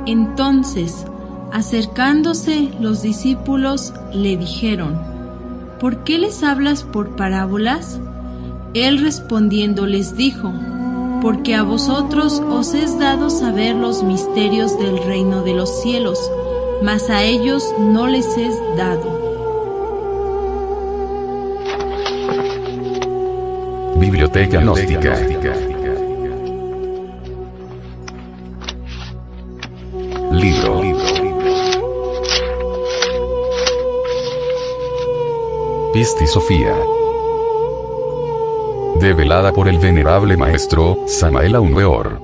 Entonces, acercándose los discípulos, le dijeron: ¿Por qué les hablas por parábolas? Él respondiendo les dijo: Porque a vosotros os es dado saber los misterios del reino de los cielos, mas a ellos no les es dado. Biblioteca Gnóstica. Libro. Pisti Sofía. Develada por el venerable maestro Samael Aun Weor.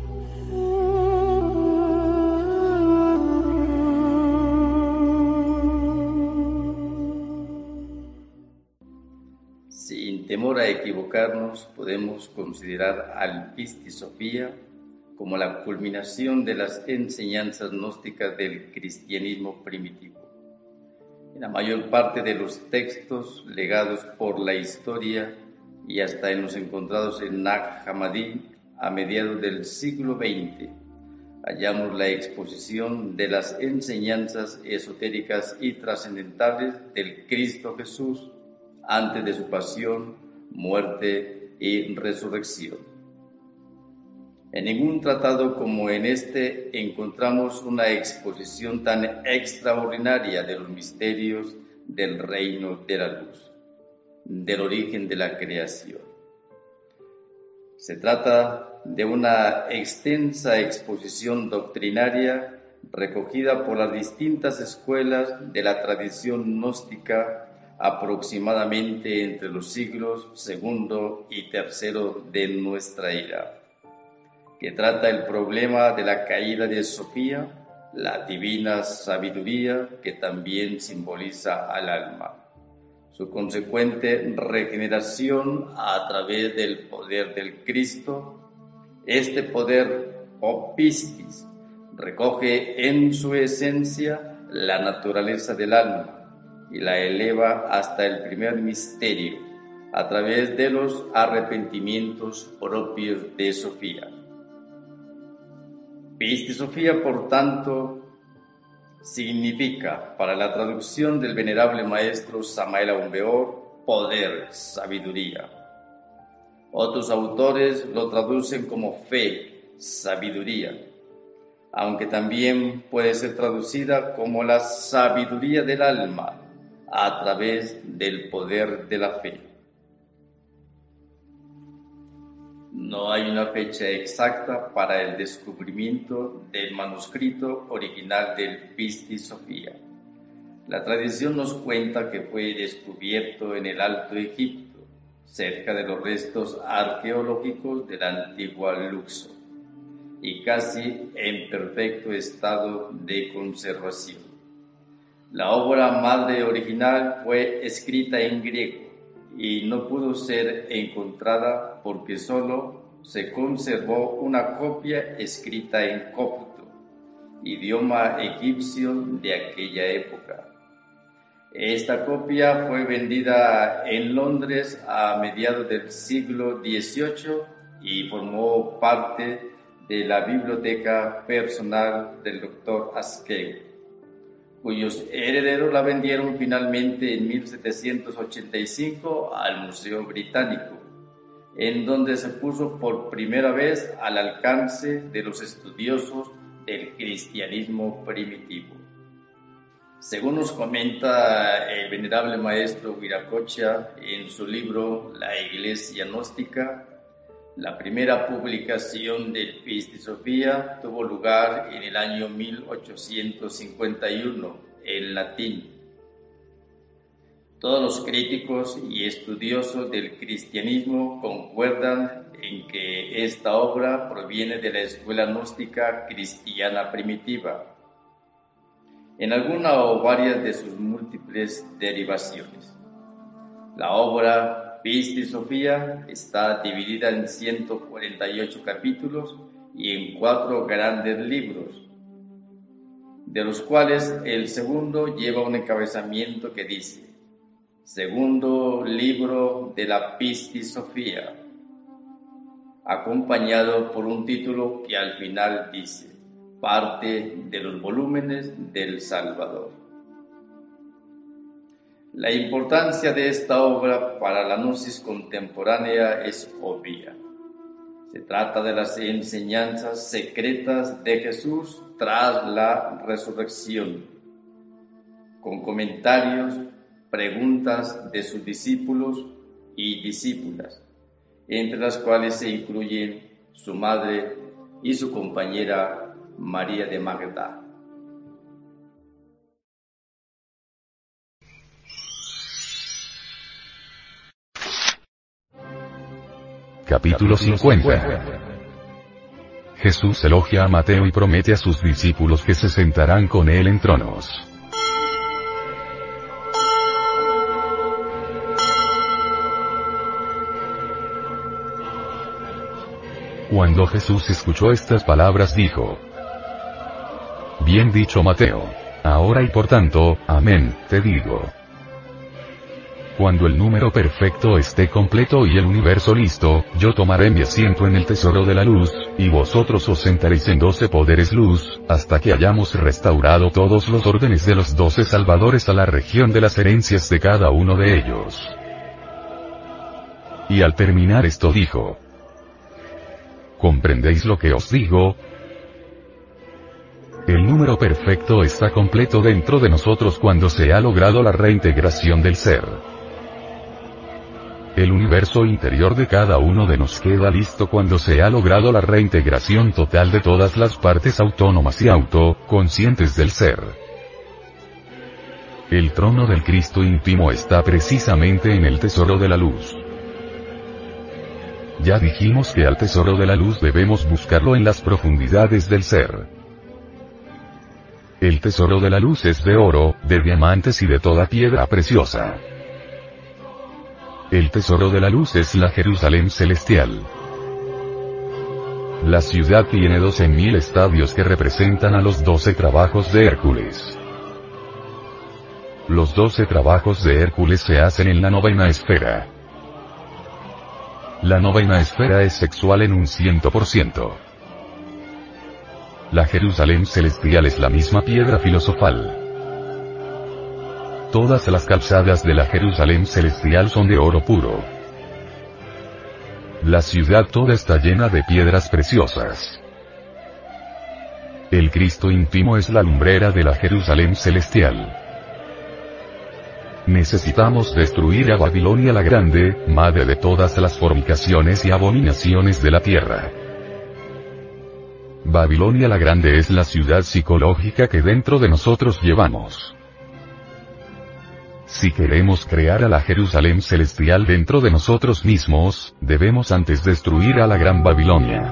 Sin temor a equivocarnos, podemos considerar al Pisti Sofía como la culminación de las enseñanzas gnósticas del cristianismo primitivo. En la mayor parte de los textos legados por la historia y hasta en los encontrados en Nag Hammadi a mediados del siglo XX, hallamos la exposición de las enseñanzas esotéricas y trascendentales del Cristo Jesús antes de su pasión, muerte y resurrección. En ningún tratado como en este encontramos una exposición tan extraordinaria de los misterios del reino de la luz, del origen de la creación. Se trata de una extensa exposición doctrinaria recogida por las distintas escuelas de la tradición gnóstica aproximadamente entre los siglos II y III de nuestra era, que trata el problema de la caída de Sofía, la divina sabiduría que también simboliza al alma, su consecuente regeneración a través del poder del Cristo. Este poder, o pistis, recoge en su esencia la naturaleza del alma y la eleva hasta el primer misterio a través de los arrepentimientos propios de Sofía. Pisti Sofía, por tanto, significa, para la traducción del venerable maestro Samael Aun Weor, poder, sabiduría. Otros autores lo traducen como fe, sabiduría, aunque también puede ser traducida como la sabiduría del alma a través del poder de la fe. No hay una fecha exacta para el descubrimiento del manuscrito original del Pisti Sofía. La tradición nos cuenta que fue descubierto en el Alto Egipto, cerca de los restos arqueológicos de la antigua Luxor, y casi en perfecto estado de conservación. La obra madre original fue escrita en griego y no pudo ser encontrada porque solo se conservó una copia escrita en copto, idioma egipcio de aquella época. Esta copia fue vendida en Londres a mediados del siglo XVIII y formó parte de la biblioteca personal del Dr. Askell, cuyos herederos la vendieron finalmente en 1785 al Museo Británico, en donde se puso por primera vez al alcance de los estudiosos del cristianismo primitivo. Según nos comenta el venerable maestro Viracocha en su libro La Iglesia Gnóstica, la primera publicación del Pisti Sofía tuvo lugar en el año 1851 en latín. Todos los críticos y estudiosos del cristianismo concuerdan en que esta obra proviene de la escuela gnóstica cristiana primitiva, en alguna o varias de sus múltiples derivaciones. La obra Pisti Sofía está dividida en 148 capítulos y en 4 grandes libros, de los cuales el segundo lleva un encabezamiento que dice: Segundo libro de la Pisti Sofía, acompañado por un título que al final dice: parte de los volúmenes del Salvador. La importancia de esta obra para la gnosis contemporánea es obvia. Se trata de las enseñanzas secretas de Jesús tras la resurrección, con comentarios, preguntas de sus discípulos y discípulas, entre las cuales se incluyen su madre y su compañera María de Magdala. Capítulo 50. Jesús elogia a Mateo y promete a sus discípulos que se sentarán con él en tronos. Cuando Jesús escuchó estas palabras dijo: Bien dicho, Mateo. Ahora y por tanto, amén, te digo. Cuando el número perfecto esté completo y el universo listo, yo tomaré mi asiento en el tesoro de la luz, y vosotros os sentaréis en 12 poderes luz, hasta que hayamos restaurado todos los órdenes de los 12 salvadores a la región de las herencias de cada uno de ellos. Y al terminar esto dijo: ¿Comprendéis lo que os digo? El número perfecto está completo dentro de nosotros cuando se ha logrado la reintegración del ser. El universo interior de cada uno de nos queda listo cuando se ha logrado la reintegración total de todas las partes autónomas y conscientes del ser. El trono del Cristo íntimo está precisamente en el tesoro de la luz. Ya dijimos que al tesoro de la luz debemos buscarlo en las profundidades del ser. El tesoro de la luz es de oro, de diamantes y de toda piedra preciosa. El tesoro de la luz es la Jerusalén celestial. La ciudad tiene 12.000 estadios que representan a los 12 trabajos de Hércules. Los 12 trabajos de Hércules se hacen en la novena esfera. La novena esfera es sexual en un 100%. La Jerusalén celestial es la misma piedra filosofal. Todas las calzadas de la Jerusalén celestial son de oro puro. La ciudad toda está llena de piedras preciosas. El Cristo íntimo es la lumbrera de la Jerusalén celestial. Necesitamos destruir a Babilonia la Grande, madre de todas las fornicaciones y abominaciones de la tierra. Babilonia la Grande es la ciudad psicológica que dentro de nosotros llevamos. Si queremos crear a la Jerusalén celestial dentro de nosotros mismos, debemos antes destruir a la Gran Babilonia.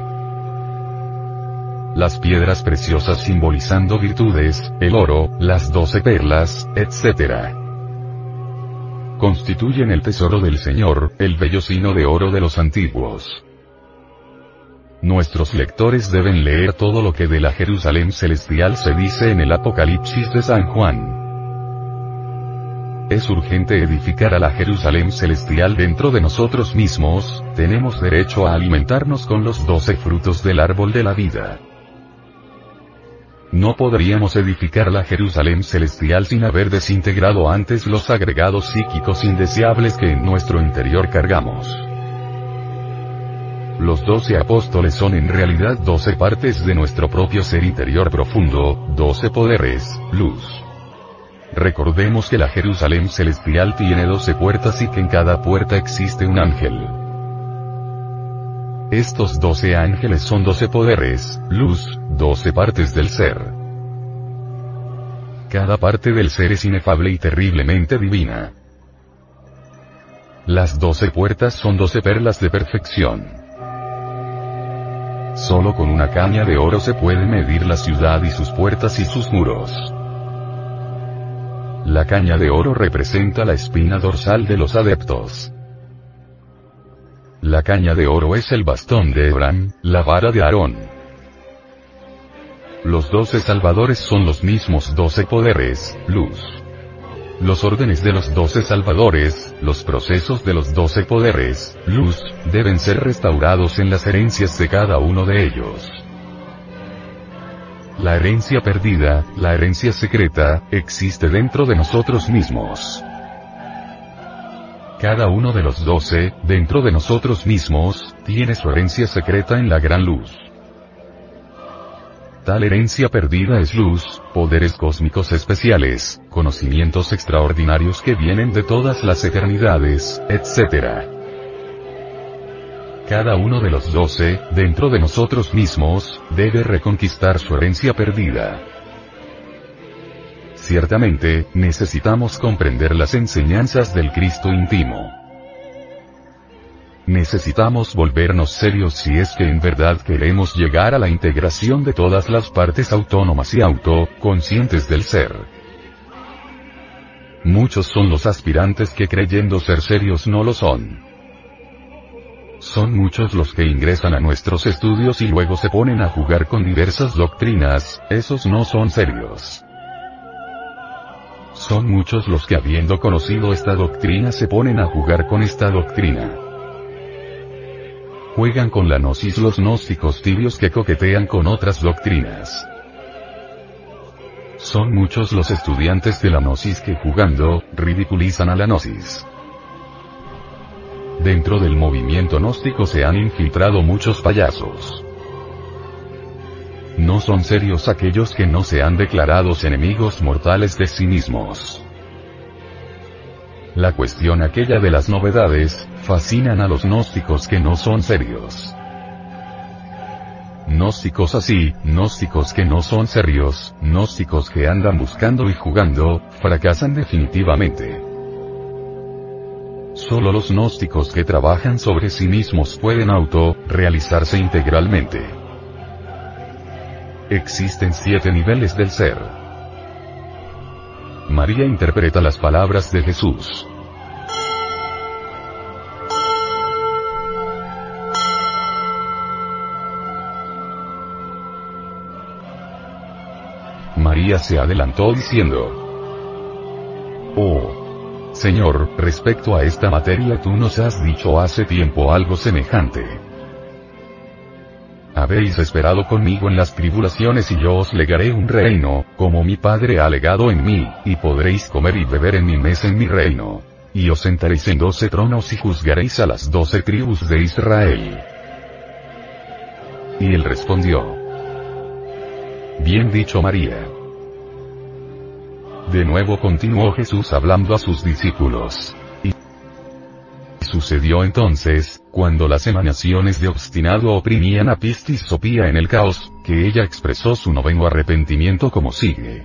Las piedras preciosas simbolizando virtudes, el oro, las 12 perlas, etc. constituyen el tesoro del Señor, el vellocino de oro de los antiguos. Nuestros lectores deben leer todo lo que de la Jerusalén celestial se dice en el Apocalipsis de San Juan. Es urgente edificar a la Jerusalén celestial dentro de nosotros mismos, tenemos derecho a alimentarnos con los 12 frutos del árbol de la vida. No podríamos edificar la Jerusalén celestial sin haber desintegrado antes los agregados psíquicos indeseables que en nuestro interior cargamos. Los 12 apóstoles son en realidad 12 partes de nuestro propio ser interior profundo, 12 poderes, luz. Recordemos que la Jerusalén celestial tiene 12 puertas y que en cada puerta existe un ángel. Estos 12 ángeles son 12 poderes, luz, 12 partes del ser. Cada parte del ser es inefable y terriblemente divina. Las 12 puertas son 12 perlas de perfección. Solo con una caña de oro se puede medir la ciudad y sus puertas y sus muros. La caña de oro representa la espina dorsal de los adeptos. La caña de oro es el bastón de Abraham, la vara de Aarón. Los 12 salvadores son los mismos 12 poderes, luz. Los órdenes de los 12 salvadores, los procesos de los 12 poderes, luz, deben ser restaurados en las herencias de cada uno de ellos. la herencia perdida, la herencia secreta, existe dentro de nosotros mismos. Cada uno de los 12, dentro de nosotros mismos, tiene su herencia secreta en la gran luz. Tal herencia perdida es luz, poderes cósmicos especiales, conocimientos extraordinarios que vienen de todas las eternidades, etc. Cada uno de los 12, dentro de nosotros mismos, debe reconquistar su herencia perdida. Ciertamente, necesitamos comprender las enseñanzas del Cristo íntimo. Necesitamos volvernos serios si es que en verdad queremos llegar a la integración de todas las partes autónomas y conscientes del ser. Muchos son los aspirantes que creyendo ser serios no lo son. Son muchos los que ingresan a nuestros estudios y luego se ponen a jugar con diversas doctrinas, esos no son serios. Son muchos los que habiendo conocido esta doctrina se ponen a jugar con esta doctrina. Juegan con la gnosis los gnósticos tibios que coquetean con otras doctrinas. Son muchos los estudiantes de la gnosis que jugando, ridiculizan a la gnosis. Dentro del movimiento gnóstico se han infiltrado muchos payasos. No son serios aquellos que no se han declarado enemigos mortales de sí mismos. La cuestión aquella de las novedades, fascinan a los gnósticos que no son serios. Gnósticos así, gnósticos que no son serios, gnósticos que andan buscando y jugando, fracasan definitivamente. Solo los gnósticos que trabajan sobre sí mismos pueden realizarse integralmente. Existen 7 niveles del ser. María interpreta las palabras de Jesús. María se adelantó diciendo: Oh Señor, respecto a esta materia tú nos has dicho hace tiempo algo semejante. Habéis esperado conmigo en las tribulaciones y yo os legaré un reino, como mi Padre ha legado en mí, y podréis comer y beber en mi mesa en mi reino. Y os sentaréis en 12 tronos y juzgaréis a las 12 tribus de Israel. Y él respondió: Bien dicho, María. De nuevo continuó Jesús hablando a sus discípulos. Y sucedió entonces, cuando las emanaciones de obstinado oprimían a Pistis Sopía en el caos, que ella expresó su noveno arrepentimiento como sigue.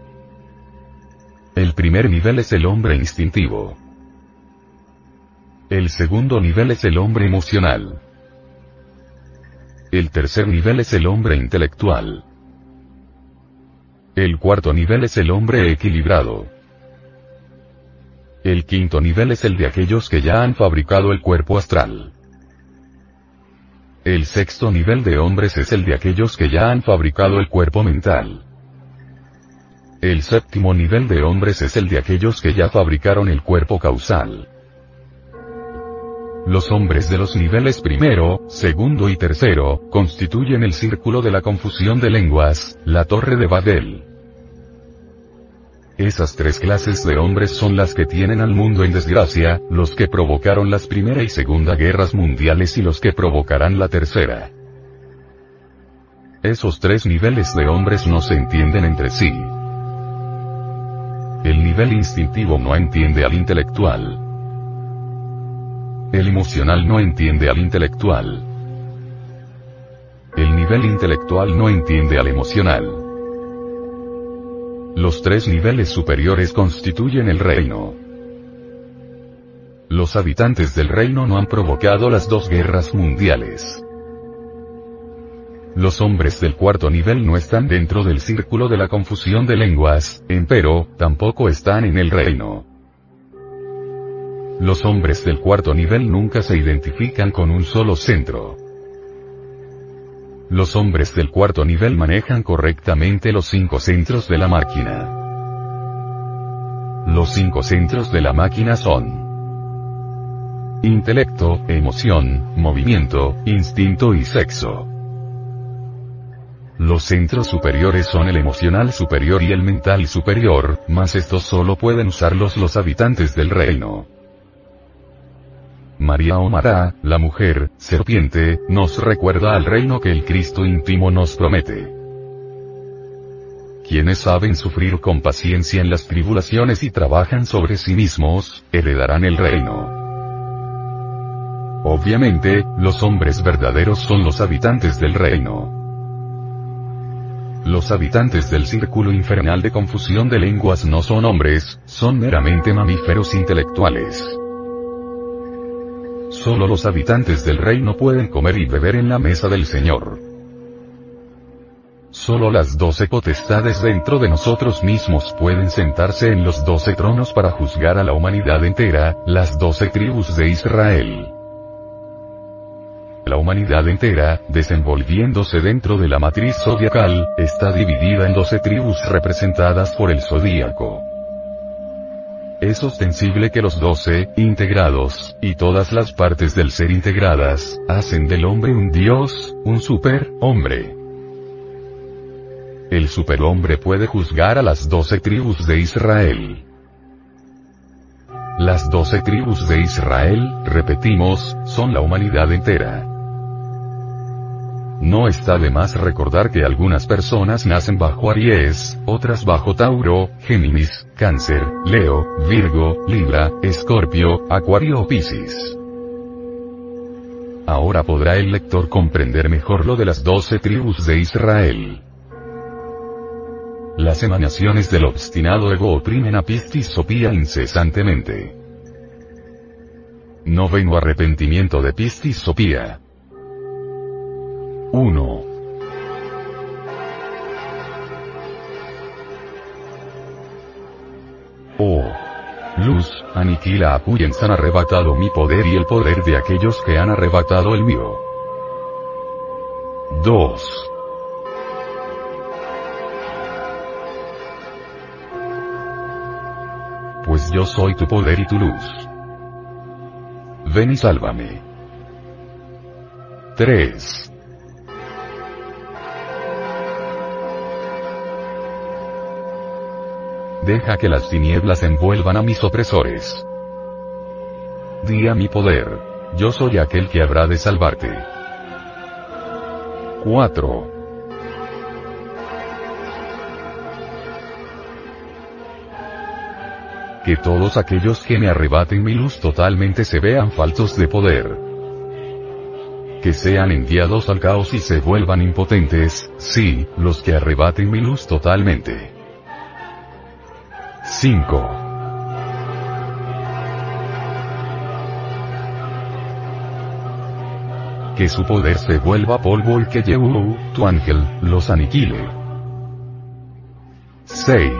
El primer nivel es el hombre instintivo. El segundo nivel es el hombre emocional. El tercer nivel es el hombre intelectual. El cuarto nivel es el hombre equilibrado. El quinto nivel es el de aquellos que ya han fabricado el cuerpo astral. El sexto nivel de hombres es el de aquellos que ya han fabricado el cuerpo mental. El séptimo nivel de hombres es el de aquellos que ya fabricaron el cuerpo causal. Los hombres de los niveles primero, segundo y tercero, constituyen el círculo de la confusión de lenguas, la torre de Babel. Esas 3 clases de hombres son las que tienen al mundo en desgracia, los que provocaron las Primera y Segunda Guerras Mundiales y los que provocarán la tercera. Esos 3 niveles de hombres no se entienden entre sí. El nivel instintivo no entiende al intelectual. El emocional no entiende al intelectual. El nivel intelectual no entiende al emocional. Los 3 niveles superiores constituyen el reino. Los habitantes del reino no han provocado las 2 guerras mundiales. Los hombres del cuarto nivel no están dentro del círculo de la confusión de lenguas, empero, tampoco están en el reino. Los hombres del cuarto nivel nunca se identifican con un solo centro. Los hombres del cuarto nivel manejan correctamente los 5 centros de la máquina. Los 5 centros de la máquina son intelecto, emoción, movimiento, instinto y sexo. Los centros superiores son el emocional superior y el mental superior, mas estos solo pueden usarlos los habitantes del reino. María o Mará, la mujer, serpiente, nos recuerda al reino que el Cristo íntimo nos promete. Quienes saben sufrir con paciencia en las tribulaciones y trabajan sobre sí mismos, heredarán el reino. Obviamente, los hombres verdaderos son los habitantes del reino. Los habitantes del círculo infernal de confusión de lenguas no son hombres, son meramente mamíferos intelectuales. Solo los habitantes del reino pueden comer y beber en la mesa del Señor. Solo las 12 potestades dentro de nosotros mismos pueden sentarse en los 12 tronos para juzgar a la humanidad entera, las 12 tribus de Israel. La humanidad entera, desenvolviéndose dentro de la matriz zodiacal, está dividida en 12 tribus representadas por el zodíaco. Es ostensible que los 12, integrados, y todas las partes del ser integradas, hacen del hombre un dios, un superhombre. El superhombre puede juzgar a las 12 tribus de Israel. Las 12 tribus de Israel, repetimos, son la humanidad entera. No está de más recordar que algunas personas nacen bajo Aries, otras bajo Tauro, Géminis, Cáncer, Leo, Virgo, Libra, Escorpio, Acuario o Piscis. Ahora podrá el lector comprender mejor lo de las 12 tribus de Israel. Las emanaciones del obstinado ego oprimen a Piscis Sopía incesantemente. Noveno arrepentimiento de Piscis Sopía. 1. Oh luz, aniquila a quienes han arrebatado mi poder y el poder de aquellos que han arrebatado el mío. 2. Pues yo soy tu poder y tu luz. Ven y sálvame. 3. Deja que las tinieblas envuelvan a mis opresores. Di a mi poder: yo soy aquel que habrá de salvarte. 4. Que todos aquellos que me arrebaten mi luz totalmente se vean faltos de poder. Que sean enviados al caos y se vuelvan impotentes, sí, los que arrebaten mi luz totalmente. 5. Que su poder se vuelva polvo y que Yehu, tu ángel, los aniquile. 6.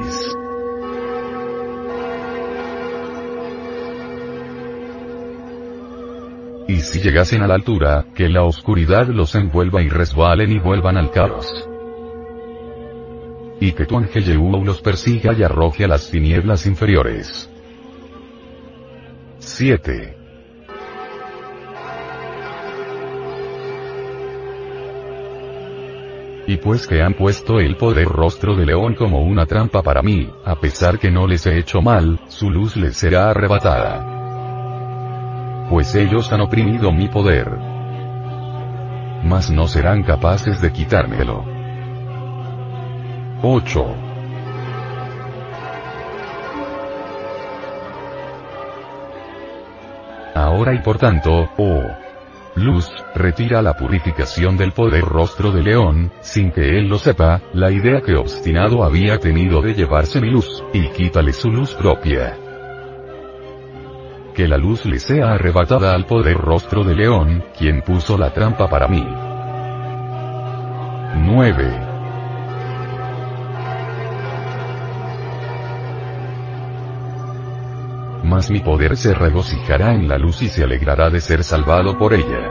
Y si llegasen a la altura, que la oscuridad los envuelva y resbalen y vuelvan al caos. Y que tu ángel Yehu los persiga y arroje a las tinieblas inferiores. 7. Y pues que han puesto el poder rostro de león como una trampa para mí, a pesar que no les he hecho mal, su luz les será arrebatada. Pues ellos han oprimido mi poder. Mas no serán capaces de quitármelo. 8. Ahora y por tanto, oh luz, retira la purificación del poder rostro de león, sin que él lo sepa, la idea que obstinado había tenido de llevarse mi luz, y quítale su luz propia. Que la luz le sea arrebatada al poder rostro de león, quien puso la trampa para mí. 9. Mas mi poder se regocijará en la luz y se alegrará de ser salvado por ella.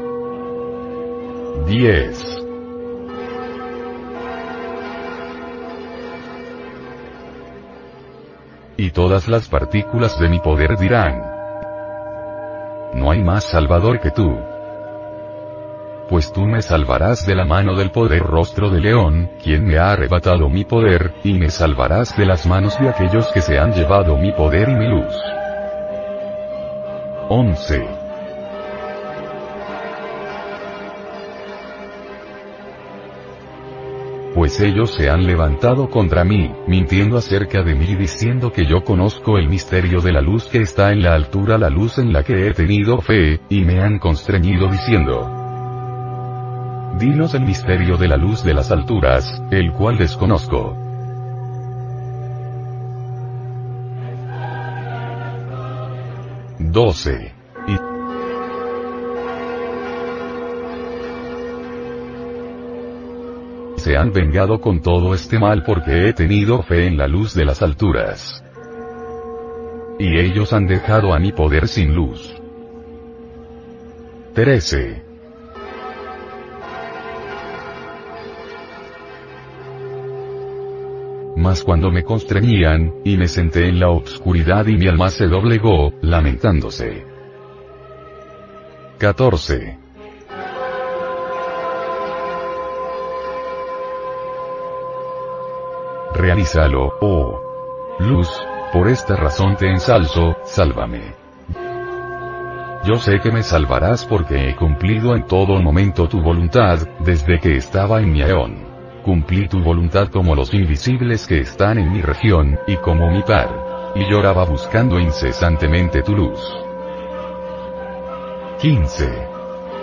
10. Y todas las partículas de mi poder dirán: no hay más salvador que tú. pues tú me salvarás de la mano del poder rostro de león, quien me ha arrebatado mi poder, y me salvarás de las manos de aquellos que se han llevado mi poder y mi luz. 11. Pues ellos se han levantado contra mí, mintiendo acerca de mí diciendo que yo conozco el misterio de la luz que está en la altura, la luz en la que he tenido fe, y me han constreñido diciendo: dinos el misterio de la luz de las alturas, el cual desconozco. 12. Se han vengado con todo este mal porque he tenido fe en la luz de las alturas. Y ellos han dejado a mi poder sin luz. 13. Mas cuando me constreñían, y me senté en la obscuridad y mi alma se doblegó, lamentándose. 14. Realízalo, oh luz, por esta razón te ensalzo, sálvame. Yo sé que me salvarás porque he cumplido en todo momento tu voluntad, desde que estaba en mi aeón. Cumplí tu voluntad como los invisibles que están en mi región, y como mi par. Y lloraba buscando incesantemente tu luz. 15.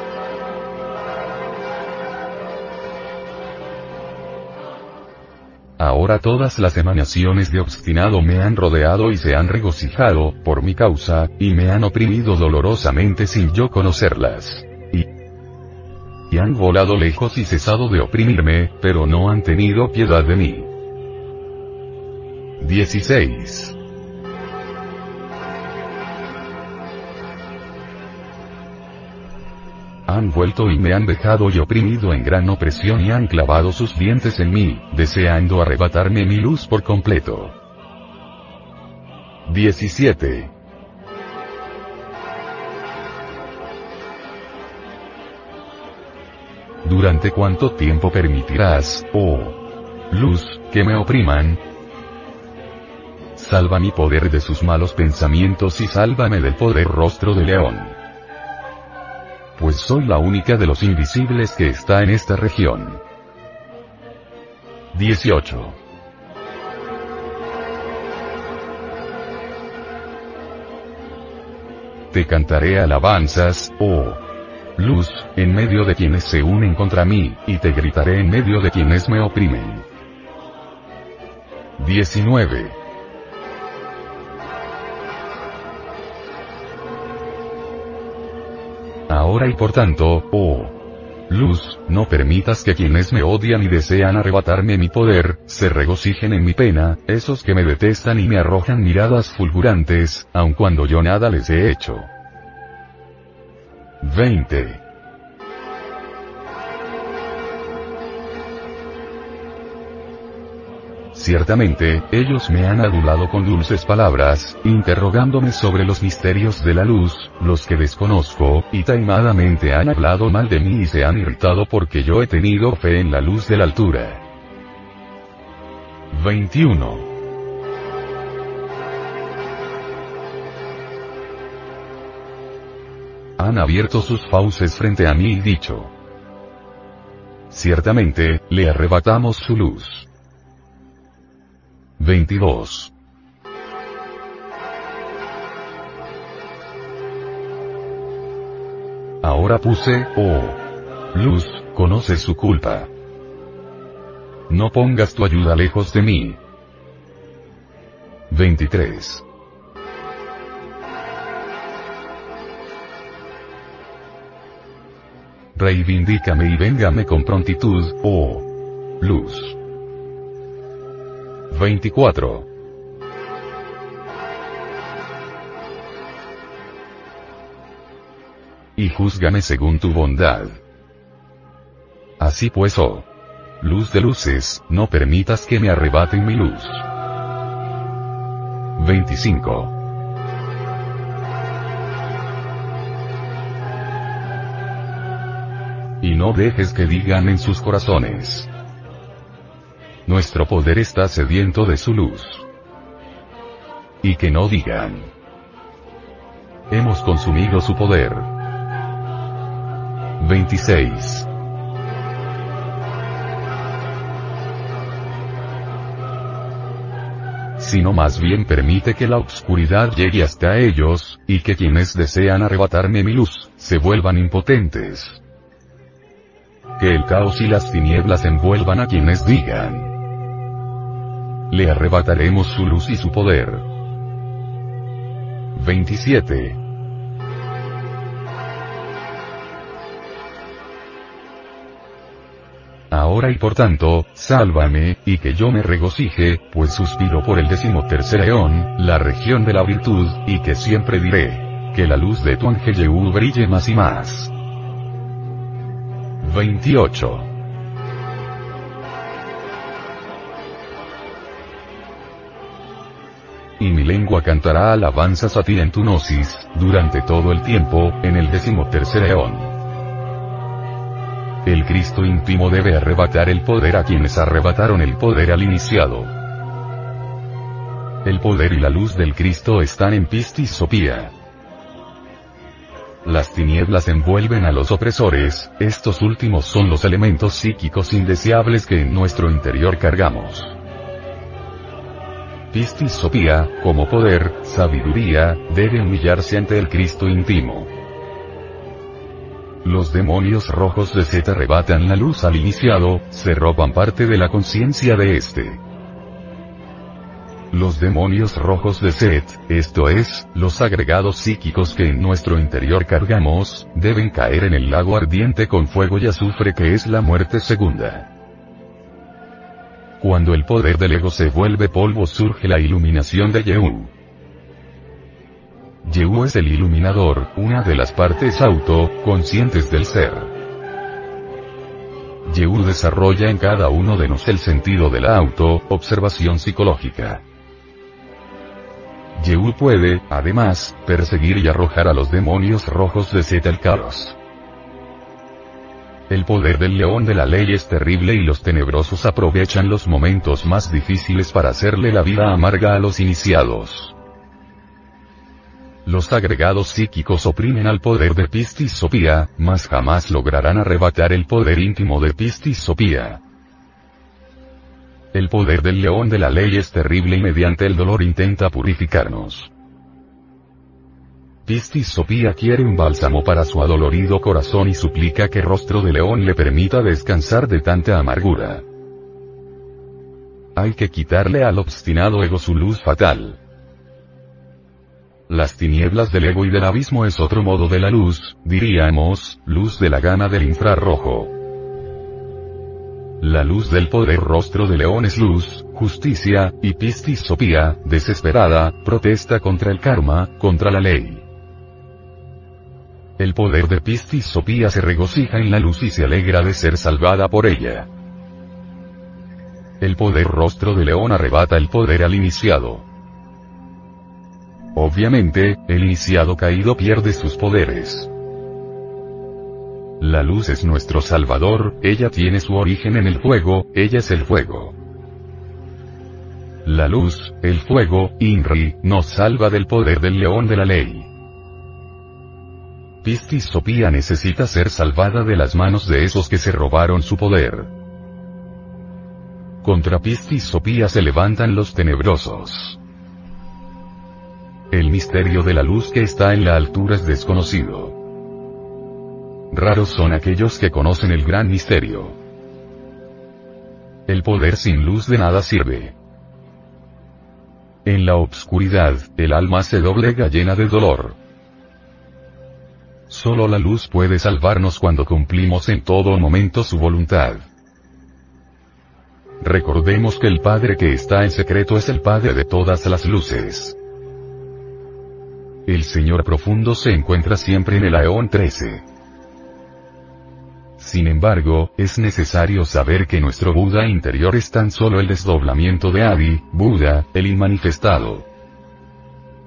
Ahora todas las emanaciones de obstinado me han rodeado y se han regocijado, por mi causa, y me han oprimido dolorosamente sin yo conocerlas. Y han volado lejos y cesado de oprimirme, pero no han tenido piedad de mí. 16. Han vuelto y me han dejado y oprimido en gran opresión y han clavado sus dientes en mí, deseando arrebatarme mi luz por completo. 17. ¿Durante cuánto tiempo permitirás, oh luz, que me opriman? Salva mi poder de sus malos pensamientos y sálvame del poder rostro de león. Pues soy la única de los invisibles que está en esta región. 18. Te cantaré alabanzas, oh luz, en medio de quienes se unen contra mí, y te gritaré en medio de quienes me oprimen. 19. Ahora y por tanto, oh luz, no permitas que quienes me odian y desean arrebatarme mi poder, se regocijen en mi pena, esos que me detestan y me arrojan miradas fulgurantes, aun cuando yo nada les he hecho. 20. Ciertamente, ellos me han adulado con dulces palabras, interrogándome sobre los misterios de la luz, los que desconozco, y taimadamente han hablado mal de mí y se han irritado porque yo he tenido fe en la luz de la altura. 21. Han abierto sus fauces frente a mí y dicho: ciertamente, le arrebatamos su luz. 22. Ahora puse, oh luz, conoce su culpa. No pongas tu ayuda lejos de mí. 23. Reivindícame y véngame con prontitud, oh luz. 24. Y júzgame según tu bondad. Así pues, oh luz de luces, no permitas que me arrebaten mi luz. 25. y no dejes que digan en sus corazones: nuestro poder está sediento de su luz. Y que no digan: hemos consumido su poder. 26. Sino más bien permite que la oscuridad llegue hasta ellos, y que quienes desean arrebatarme mi luz, se vuelvan impotentes. Que el caos y las tinieblas envuelvan a quienes digan: le arrebataremos su luz y su poder. 27. Ahora y por tanto, sálvame, y que yo me regocije, pues suspiro por el 13º eón, la región de la virtud, y que siempre diré: que la luz de tu ángel Yehú brille más y más. 28. Y mi lengua cantará alabanzas a ti en tu gnosis, durante todo el tiempo, en el 13º eón. El Cristo íntimo debe arrebatar el poder a quienes arrebataron el poder al iniciado. El poder y la luz del Cristo están en Pistis Sophia. Las tinieblas envuelven a los opresores, estos últimos son los elementos psíquicos indeseables que en nuestro interior cargamos. Pistis Sophia, como poder, sabiduría, debe humillarse ante el Cristo íntimo. Los demonios rojos de Set arrebatan la luz al iniciado, se roban parte de la conciencia de éste. Los demonios rojos de Set, esto es, los agregados psíquicos que en nuestro interior cargamos, deben caer en el lago ardiente con fuego y azufre que es la muerte segunda. Cuando el poder del ego se vuelve polvo surge la iluminación de Yehú. Yehú es el iluminador, una de las partes auto-conscientes del ser. Yehú desarrolla en cada uno de nosotros el sentido de la auto-observación psicológica. Yehú puede, además, perseguir y arrojar a los demonios rojos de Set al caos. El poder del león de la ley es terrible y los tenebrosos aprovechan los momentos más difíciles para hacerle la vida amarga a los iniciados. Los agregados psíquicos oprimen al poder de Pistis Sophia, mas jamás lograrán arrebatar el poder íntimo de Pistis Sophia. El poder del león de la ley es terrible y mediante el dolor intenta purificarnos. Pistis Sophia quiere un bálsamo para su adolorido corazón y suplica que Rostro de León le permita descansar de tanta amargura. Hay que quitarle al obstinado ego su luz fatal. Las tinieblas del ego y del abismo es otro modo de la luz, diríamos, luz de la gama del infrarrojo. La luz del poder Rostro de León es luz, justicia, y Pistis Sophia, desesperada, protesta contra el karma, contra la ley. El poder de Pistis Sophia se regocija en la luz y se alegra de ser salvada por ella. El poder Rostro de León arrebata el poder al iniciado. Obviamente, el iniciado caído pierde sus poderes. La luz es nuestro salvador, ella tiene su origen en el fuego, ella es el fuego. La luz, el fuego, Inri, nos salva del poder del león de la ley. Pistis Sophia necesita ser salvada de las manos de esos que se robaron su poder. Contra Pistis Sophia se levantan los tenebrosos. El misterio de la luz que está en la altura es desconocido. Raros son aquellos que conocen el gran misterio. El poder sin luz de nada sirve. En la obscuridad, el alma se doblega llena de dolor. Solo la luz puede salvarnos cuando cumplimos en todo momento su voluntad. Recordemos que el Padre que está en secreto es el Padre de todas las luces. El Señor profundo se encuentra siempre en el Aeón 13. Sin embargo, es necesario saber que nuestro Buda interior es tan solo el desdoblamiento de Adi, Buda, el inmanifestado.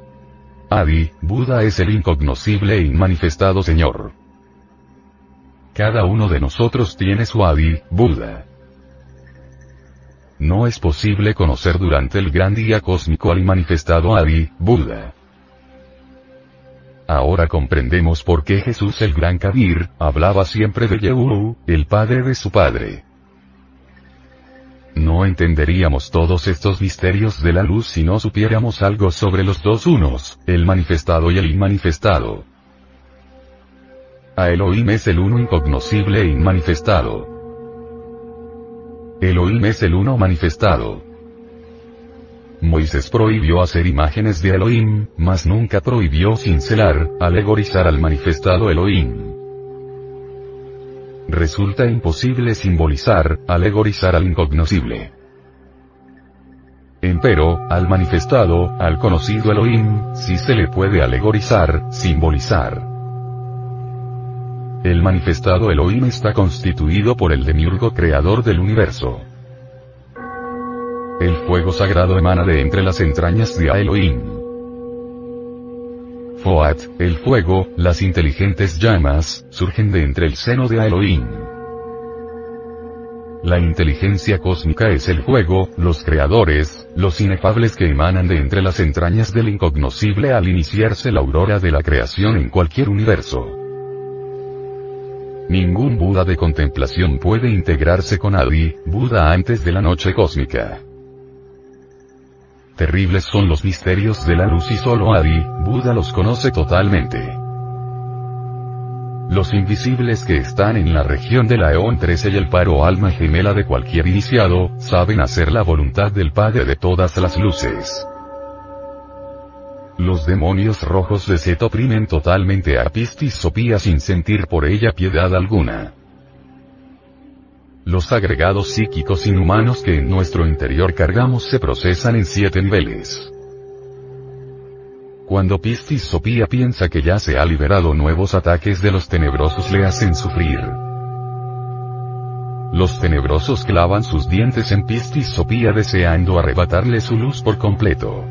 Adi, Buda es el incognoscible e inmanifestado Señor. Cada uno de nosotros tiene su Adi, Buda. No es posible conocer durante el gran día cósmico al manifestado Adi, Buda. Ahora comprendemos por qué Jesús el Gran Kabir hablaba siempre de Yehu, el padre de su padre. No entenderíamos todos estos misterios de la luz si no supiéramos algo sobre los dos unos, el manifestado y el inmanifestado. A Elohim es el uno incognoscible e inmanifestado. Elohim es el uno manifestado. Moisés prohibió hacer imágenes de Elohim, mas nunca prohibió cincelar, alegorizar al manifestado Elohim. Resulta imposible simbolizar, alegorizar al incognoscible. Empero, al manifestado, al conocido Elohim, sí se le puede alegorizar, simbolizar. El manifestado Elohim está constituido por el demiurgo creador del universo. El fuego sagrado emana de entre las entrañas de Elohim. Foat, el fuego, las inteligentes llamas, surgen de entre el seno de Elohim. La inteligencia cósmica es el fuego, los creadores, los inefables que emanan de entre las entrañas del incognoscible al iniciarse la aurora de la creación en cualquier universo. Ningún Buda de contemplación puede integrarse con Adi, Buda antes de la noche cósmica. Terribles son los misterios de la luz y solo Adi, Buda los conoce totalmente. Los invisibles que están en la región de la Eón 13 y el paro alma gemela de cualquier iniciado, saben hacer la voluntad del Padre de todas las luces. Los demonios rojos de Set oprimen totalmente a Pistis Sophia sin sentir por ella piedad alguna. Los agregados psíquicos inhumanos que en nuestro interior cargamos se procesan en 7 niveles. Cuando Pistis Sophia piensa que ya se ha liberado, nuevos ataques de los tenebrosos le hacen sufrir. Los tenebrosos clavan sus dientes en Pistis Sophia deseando arrebatarle su luz por completo.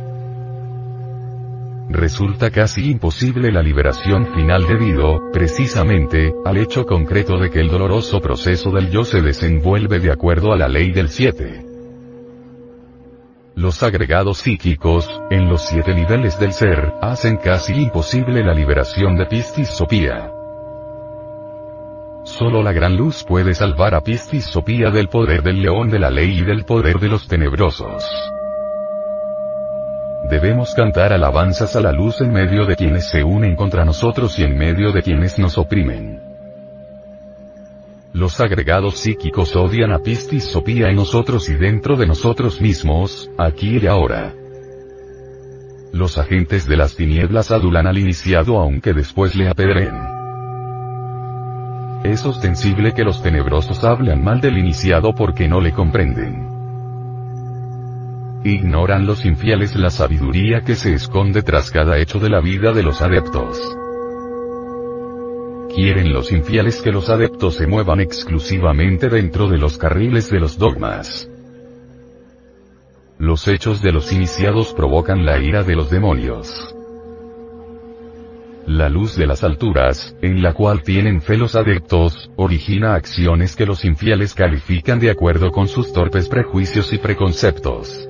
Resulta casi imposible la liberación final debido, precisamente, al hecho concreto de que el doloroso proceso del yo se desenvuelve de acuerdo a la ley del 7. Los agregados psíquicos, en los 7 niveles del ser, hacen casi imposible la liberación de Pistis Sophia. Solo la gran luz puede salvar a Pistis Sophia del poder del león de la ley y del poder de los tenebrosos. Debemos cantar alabanzas a la luz en medio de quienes se unen contra nosotros y en medio de quienes nos oprimen. Los agregados psíquicos odian a Pistis Sophia en nosotros y dentro de nosotros mismos, aquí y ahora. Los agentes de las tinieblas adulan al iniciado aunque después le apedreen. Es ostensible que los tenebrosos hablan mal del iniciado porque no le comprenden. Ignoran los infieles la sabiduría que se esconde tras cada hecho de la vida de los adeptos. Quieren los infieles que los adeptos se muevan exclusivamente dentro de los carriles de los dogmas. Los hechos de los iniciados provocan la ira de los demonios. La luz de las alturas, en la cual tienen fe los adeptos, origina acciones que los infieles califican de acuerdo con sus torpes prejuicios y preconceptos.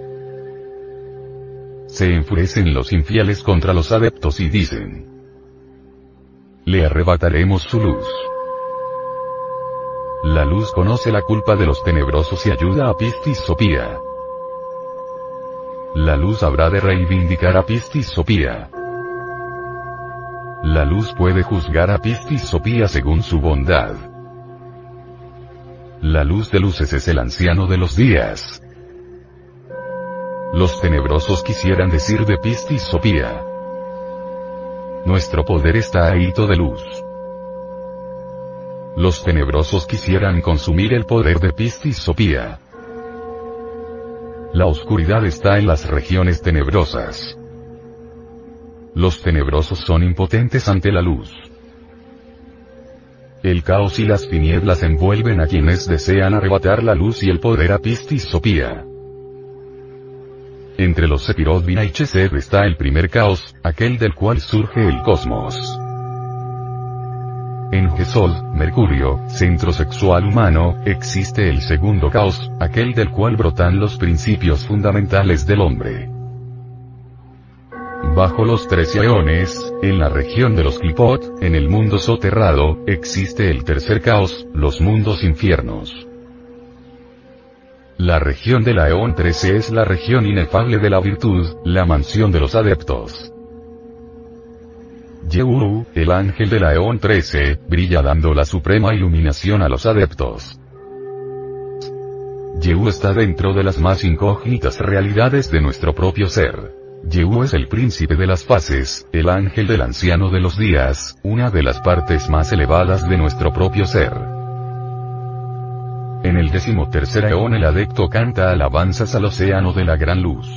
Se enfurecen los infieles contra los adeptos y dicen: le arrebataremos su luz. La luz conoce la culpa de los tenebrosos y ayuda a Pistis Sophia. La luz habrá de reivindicar a Pistis Sophia. La luz puede juzgar a Pistis Sophia según su bondad. La luz de luces es el anciano de los días. Los tenebrosos quisieran decir de Pistis Sophia: nuestro poder está ahito de luz. Los tenebrosos quisieran consumir el poder de Pistis Sophia. La oscuridad está en las regiones tenebrosas. Los tenebrosos son impotentes ante la luz. El caos y las tinieblas envuelven a quienes desean arrebatar la luz y el poder a Pistis Sophia. Entre los Sephiroth Binah y Chesed está el primer caos, aquel del cual surge el cosmos. En Gesol, Mercurio, centro sexual humano, existe el segundo caos, aquel del cual brotan los principios fundamentales del hombre. Bajo los 13 eones, en la región de los Klipot, en el mundo soterrado, existe el tercer caos, los mundos infiernos. La región del Aeón 13 es la región inefable de la virtud, la mansión de los adeptos. Yehu, el ángel del Aeón 13, brilla dando la suprema iluminación a los adeptos. Yehu está dentro de las más incógnitas realidades de nuestro propio ser. Yehu es el príncipe de las fases, el ángel del anciano de los días, una de las partes más elevadas de nuestro propio ser. En el 13º eón el adepto canta alabanzas al océano de la gran luz.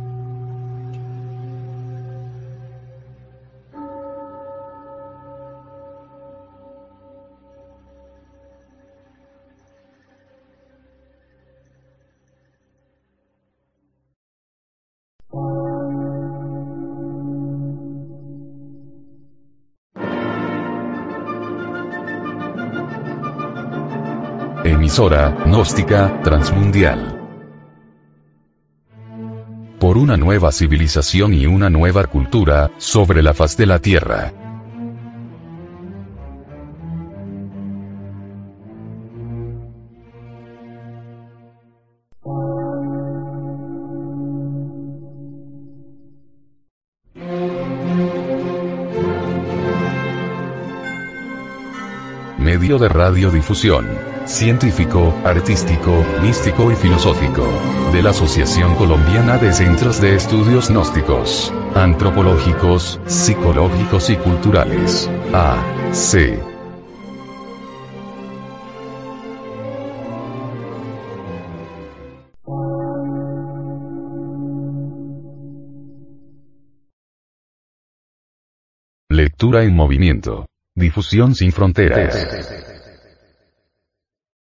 Emisora gnóstica transmundial. Por una nueva civilización y una nueva cultura, sobre la faz de la Tierra. Medio de radiodifusión, científico, artístico, místico y filosófico, de la Asociación Colombiana de Centros de Estudios Gnósticos, Antropológicos, Psicológicos y Culturales, AC. Lectura en movimiento. Difusión sin fronteras.